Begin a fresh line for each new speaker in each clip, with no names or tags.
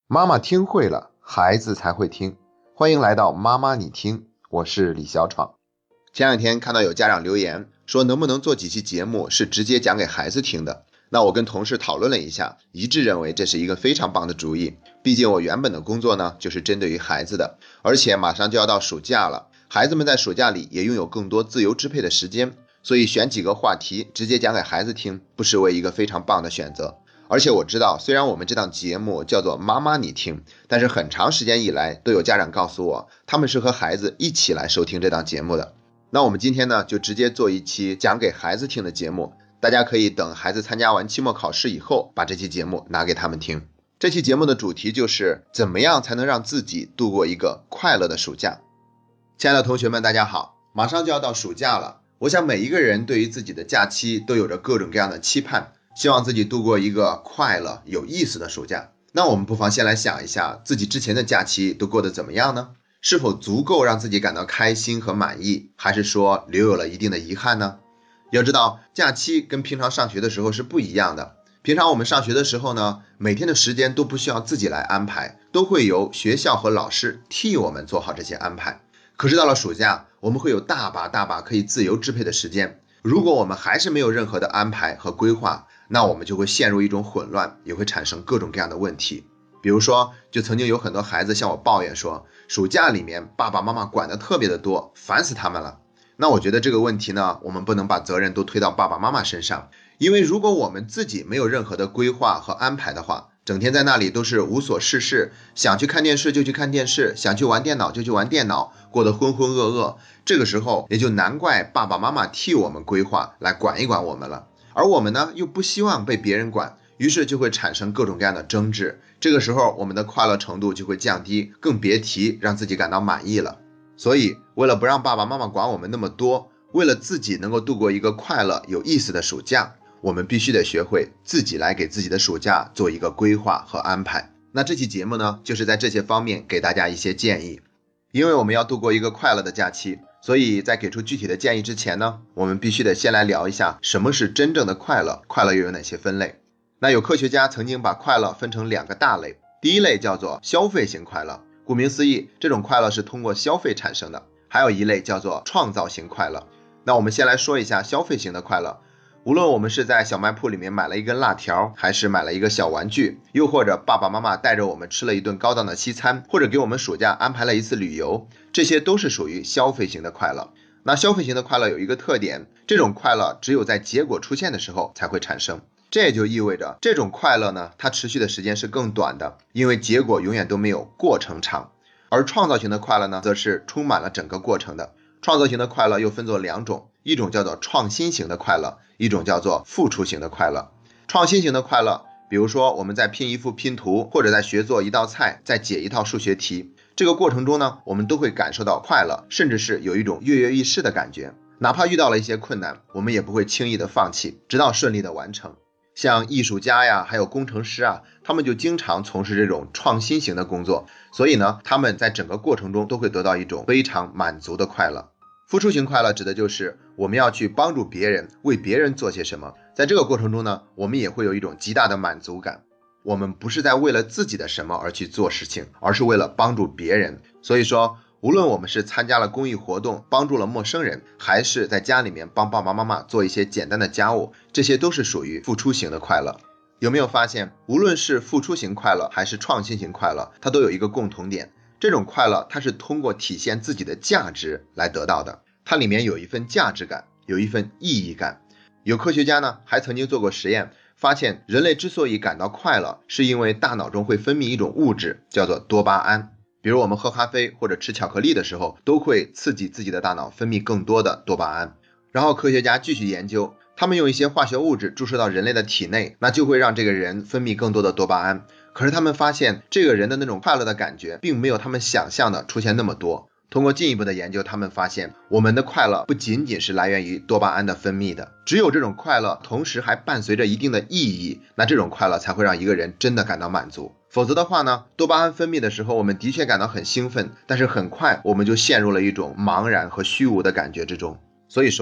妈妈听会了，孩子才会听。欢迎来到妈妈你听，我是李小闯。前两天看到有家长留言说能不能做几期节目是直接讲给孩子听的，那我跟同事讨论了一下，一致认为这是一个非常棒的主意。毕竟我原本的工作呢就是针对于孩子的，而且马上就要到暑假了，孩子们在暑假里也拥有更多自由支配的时间，所以选几个话题直接讲给孩子听，不失为一个非常棒的选择。而且我知道，虽然我们这档节目叫做妈妈你听，但是很长时间以来都有家长告诉我，他们是和孩子一起来收听这档节目的。那我们今天呢，就直接做一期讲给孩子听的节目，大家可以等孩子参加完期末考试以后，把这期节目拿给他们听。这期节目的主题就是怎么样才能让自己度过一个快乐的暑假。亲爱的同学们，大家好，马上就要到暑假了，我想每一个人对于自己的假期都有着各种各样的期盼，希望自己度过一个快乐有意思的暑假。那我们不妨先来想一下自己之前的假期都过得怎么样呢？是否足够让自己感到开心和满意，还是说留有了一定的遗憾呢？要知道，假期跟平常上学的时候是不一样的。平常我们上学的时候呢，每天的时间都不需要自己来安排，都会由学校和老师替我们做好这些安排。可是到了暑假，我们会有大把可以自由支配的时间。如果我们还是没有任何的安排和规划，那我们就会陷入一种混乱，也会产生各种各样的问题。比如说，就曾经有很多孩子向我抱怨说，暑假里面爸爸妈妈管得特别的多，烦死他们了。那我觉得这个问题呢，我们不能把责任都推到爸爸妈妈身上，因为如果我们自己没有任何的规划和安排的话，整天在那里都是无所事事，想去看电视就去看电视，想去玩电脑就去玩电脑，过得浑浑噩噩，这个时候也就难怪爸爸妈妈替我们规划来管一管我们了。而我们呢，又不希望被别人管，于是就会产生各种各样的争执，这个时候我们的快乐程度就会降低，更别提让自己感到满意了。所以为了不让爸爸妈妈管我们那么多，为了自己能够度过一个快乐有意思的暑假，我们必须得学会自己来给自己的暑假做一个规划和安排。那这期节目呢，就是在这些方面给大家一些建议。因为我们要度过一个快乐的假期，所以在给出具体的建议之前呢，我们必须得先来聊一下什么是真正的快乐，快乐又有哪些分类。那有科学家曾经把快乐分成两个大类，第一类叫做消费型快乐，顾名思义，这种快乐是通过消费产生的。还有一类叫做创造型快乐。那我们先来说一下消费型的快乐。无论我们是在小卖铺里面买了一根辣条，还是买了一个小玩具，又或者爸爸妈妈带着我们吃了一顿高档的西餐，或者给我们暑假安排了一次旅游，这些都是属于消费型的快乐。那消费型的快乐有一个特点，这种快乐只有在结果出现的时候才会产生。这也就意味着这种快乐呢，它持续的时间是更短的，因为结果永远都没有过程长。而创造型的快乐呢，则是充满了整个过程的。创造型的快乐又分作两种，一种叫做创新型的快乐，一种叫做付出型的快乐。创新型的快乐，比如说我们在拼一幅拼图，或者在学做一道菜，在解一套数学题，这个过程中呢，我们都会感受到快乐，甚至是有一种跃跃欲试的感觉。哪怕遇到了一些困难，我们也不会轻易的放弃，直到顺利的完成。像艺术家呀，还有工程师啊，他们就经常从事这种创新型的工作，所以呢，他们在整个过程中都会得到一种非常满足的快乐。付出型快乐指的就是我们要去帮助别人，为别人做些什么，在这个过程中呢，我们也会有一种极大的满足感。我们不是在为了自己的什么而去做事情，而是为了帮助别人。所以说，无论我们是参加了公益活动，帮助了陌生人，还是在家里面帮爸爸妈妈做一些简单的家务，这些都是属于付出型的快乐。有没有发现，无论是付出型快乐还是创新型快乐，它都有一个共同点，这种快乐它是通过体现自己的价值来得到的，它里面有一份价值感，有一份意义感。有科学家呢还曾经做过实验，发现人类之所以感到快乐，是因为大脑中会分泌一种物质叫做多巴胺。比如我们喝咖啡或者吃巧克力的时候，都会刺激自己的大脑分泌更多的多巴胺。然后科学家继续研究，他们用一些化学物质注射到人类的体内，那就会让这个人分泌更多的多巴胺。可是他们发现，这个人的那种快乐的感觉并没有他们想象的出现那么多。通过进一步的研究，他们发现我们的快乐不仅仅是来源于多巴胺的分泌的，只有这种快乐同时还伴随着一定的意义，那这种快乐才会让一个人真的感到满足。否则的话呢，多巴胺分泌的时候我们的确感到很兴奋，但是很快我们就陷入了一种茫然和虚无的感觉之中。所以说啊，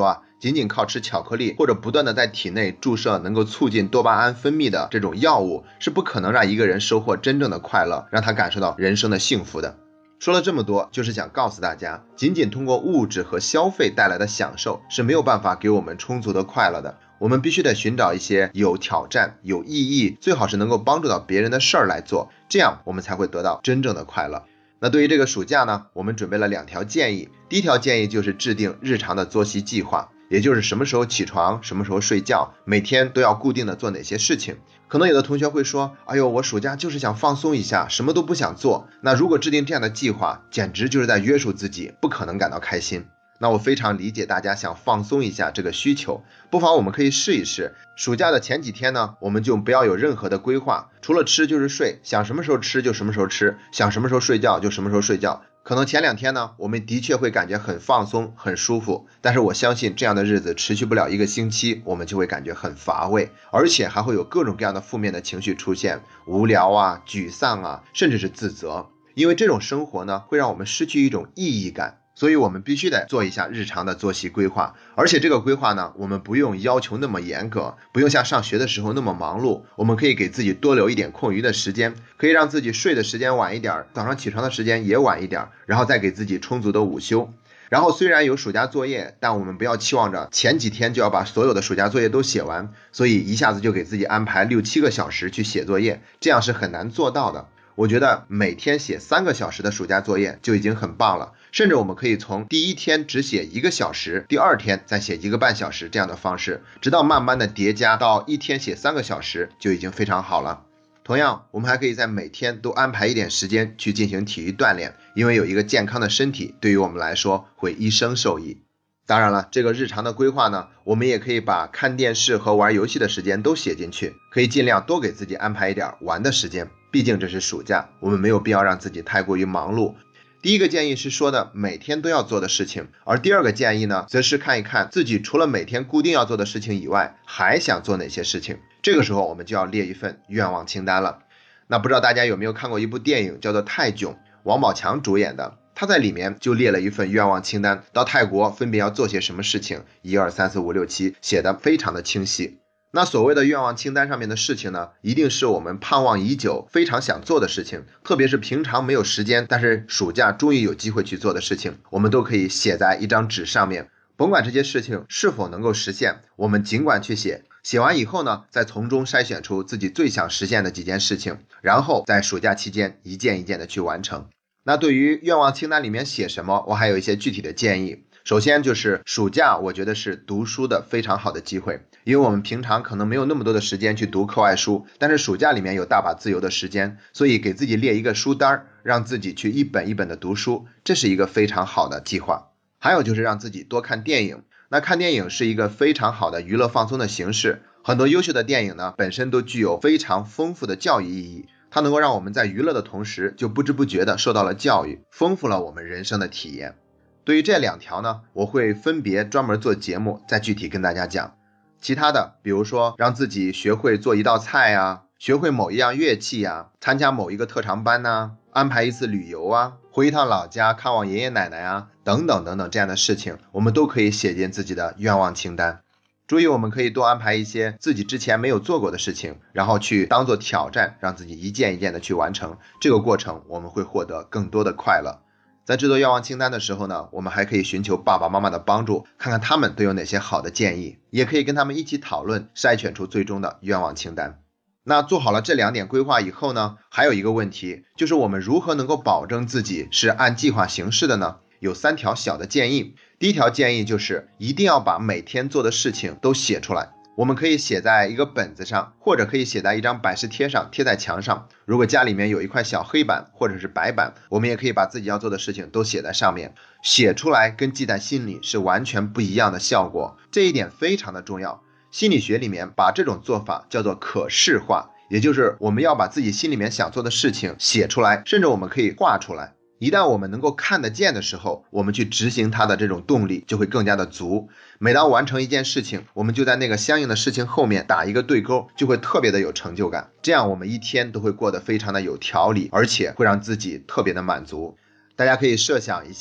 仅仅靠吃巧克力或者不断的在体内注射能够促进多巴胺分泌的这种药物，是不可能让一个人收获真正的快乐，让他感受到人生的幸福的。说了这么多，就是想告诉大家，仅仅通过物质和消费带来的享受是没有办法给我们充足的快乐的。我们必须得寻找一些有挑战、有意义，最好是能够帮助到别人的事儿来做，这样我们才会得到真正的快乐。那对于这个暑假呢，我们准备了2条建议。第一条建议就是制定日常的作息计划，也就是什么时候起床，什么时候睡觉，每天都要固定的做哪些事情。可能有的同学会说，哎呦，我暑假就是想放松一下，什么都不想做。那如果制定这样的计划，简直就是在约束自己，不可能感到开心。那我非常理解大家想放松一下这个需求，不妨我们可以试一试。暑假的前几天呢，我们就不要有任何的规划，除了吃就是睡，想什么时候吃就什么时候吃，想什么时候睡觉就什么时候睡觉。可能前2天呢，我们的确会感觉很放松很舒服，但是我相信这样的日子持续不了1个星期，我们就会感觉很乏味，而且还会有各种各样的负面的情绪出现，无聊啊、沮丧啊，甚至是自责。因为这种生活呢，会让我们失去一种意义感，所以我们必须得做一下日常的作息规划。而且这个规划呢，我们不用要求那么严格，不用像上学的时候那么忙碌，我们可以给自己多留一点空余的时间，可以让自己睡的时间晚一点，早上起床的时间也晚一点，然后再给自己充足的午休。然后虽然有暑假作业，但我们不要期望着前几天就要把所有的暑假作业都写完，所以一下子就给自己安排6-7个小时去写作业，这样是很难做到的。我觉得每天写3个小时的暑假作业就已经很棒了，甚至我们可以从第1天只写1个小时，第2天再写1个半小时这样的方式，直到慢慢的叠加到1天写3个小时就已经非常好了。同样，我们还可以在每天都安排一点时间去进行体育锻炼，因为有一个健康的身体对于我们来说会一生受益。当然了，这个日常的规划呢，我们也可以把看电视和玩游戏的时间都写进去，可以尽量多给自己安排一点玩的时间，毕竟这是暑假，我们没有必要让自己太过于忙碌。第一个建议是说的每天都要做的事情，而第2个建议呢，则是看一看自己除了每天固定要做的事情以外，还想做哪些事情。这个时候我们就要列一份愿望清单了。那不知道大家有没有看过一部电影叫做《泰囧》，王宝强主演的，他在里面就列了一份愿望清单，到泰国分别要做些什么事情，1、2、3、4、5、6、7，写得非常的清晰。那所谓的愿望清单上面的事情呢，一定是我们盼望已久非常想做的事情，特别是平常没有时间，但是暑假终于有机会去做的事情，我们都可以写在一张纸上面，甭管这些事情是否能够实现，我们尽管去写，写完以后呢，再从中筛选出自己最想实现的几件事情，然后在暑假期间一件一件的去完成。那对于愿望清单里面写什么，我还有一些具体的建议。首先就是暑假，我觉得是读书的非常好的机会，因为我们平常可能没有那么多的时间去读课外书，但是暑假里面有大把自由的时间，所以给自己列一个书单，让自己去一本一本的读书，这是一个非常好的计划。还有就是让自己多看电影，那看电影是一个非常好的娱乐放松的形式，很多优秀的电影呢，本身都具有非常丰富的教育意义，它能够让我们在娱乐的同时，就不知不觉的受到了教育，丰富了我们人生的体验。对于这2条呢，我会分别专门做节目，再具体跟大家讲。其他的，比如说让自己学会做一道菜啊，学会某一样乐器啊，参加某一个特长班啊，安排一次旅游啊，回一趟老家看望爷爷奶奶啊，等等等等这样的事情，我们都可以写进自己的愿望清单。注意，我们可以多安排一些自己之前没有做过的事情，然后去当做挑战，让自己一件一件的去完成，这个过程我们会获得更多的快乐。在制作愿望清单的时候呢，我们还可以寻求爸爸妈妈的帮助，看看他们都有哪些好的建议，也可以跟他们一起讨论，筛选出最终的愿望清单。那做好了这2点规划以后呢，还有一个问题，就是我们如何能够保证自己是按计划行事的呢？有3条小的建议。第一条建议就是一定要把每天做的事情都写出来，我们可以写在一个本子上，或者可以写在一张摆饰贴上，贴在墙上。如果家里面有一块小黑板或者是白板，我们也可以把自己要做的事情都写在上面，写出来跟记在心里是完全不一样的效果，这一点非常的重要。心理学里面把这种做法叫做可视化，也就是我们要把自己心里面想做的事情写出来，甚至我们可以画出来。一旦我们能够看得见的时候，我们去执行它的这种动力就会更加的足。每当完成一件事情，我们就在那个相应的事情后面打一个对勾，就会特别的有成就感。这样我们一天都会过得非常的有条理，而且会让自己特别的满足。大家可以设想一下，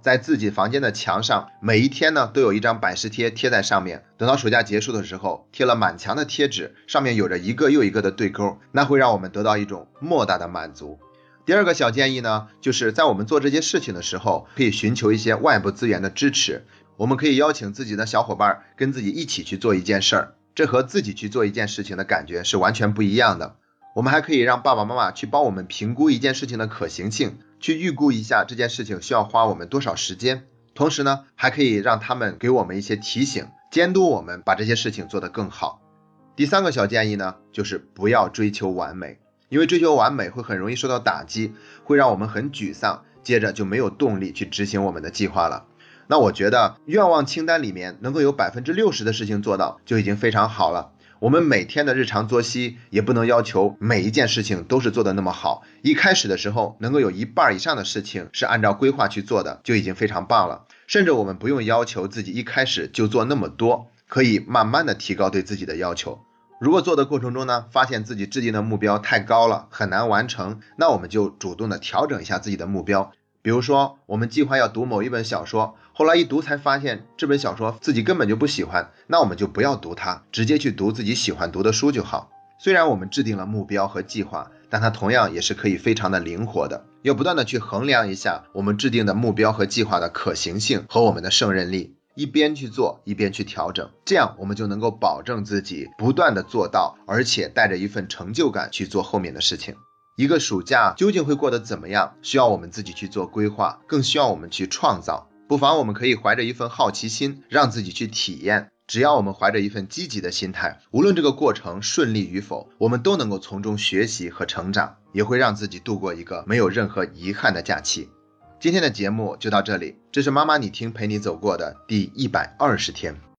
在自己房间的墙上，每一天呢都有一张摆饰贴贴在上面，等到暑假结束的时候，贴了满墙的贴纸，上面有着一个又一个的对勾，那会让我们得到一种莫大的满足。第二个小建议呢，就是在我们做这些事情的时候，可以寻求一些外部资源的支持。我们可以邀请自己的小伙伴跟自己一起去做一件事儿，这和自己去做一件事情的感觉是完全不一样的。我们还可以让爸爸妈妈去帮我们评估一件事情的可行性，去预估一下这件事情需要花我们多少时间。同时呢，还可以让他们给我们一些提醒，监督我们把这些事情做得更好。第三个小建议呢，就是不要追求完美，因为追求完美会很容易受到打击，会让我们很沮丧，接着就没有动力去执行我们的计划了。那我觉得愿望清单里面能够有 60% 的事情做到就已经非常好了。我们每天的日常作息也不能要求每一件事情都是做得那么好，一开始的时候能够有一半以上的事情是按照规划去做的就已经非常棒了。甚至我们不用要求自己一开始就做那么多，可以慢慢的提高对自己的要求。如果做的过程中呢，发现自己制定的目标太高了，很难完成，那我们就主动的调整一下自己的目标。比如说我们计划要读某一本小说，后来一读才发现这本小说自己根本就不喜欢，那我们就不要读它，直接去读自己喜欢读的书就好。虽然我们制定了目标和计划，但它同样也是可以非常的灵活的，要不断的去衡量一下我们制定的目标和计划的可行性和我们的胜任力，一边去做一边去调整，这样我们就能够保证自己不断的做到，而且带着一份成就感去做后面的事情。一个暑假究竟会过得怎么样，需要我们自己去做规划，更需要我们去创造。不妨我们可以怀着一份好奇心，让自己去体验。只要我们怀着一份积极的心态，无论这个过程顺利与否，我们都能够从中学习和成长，也会让自己度过一个没有任何遗憾的假期。今天的节目就到这里，这是妈妈你听陪你走过的第120天。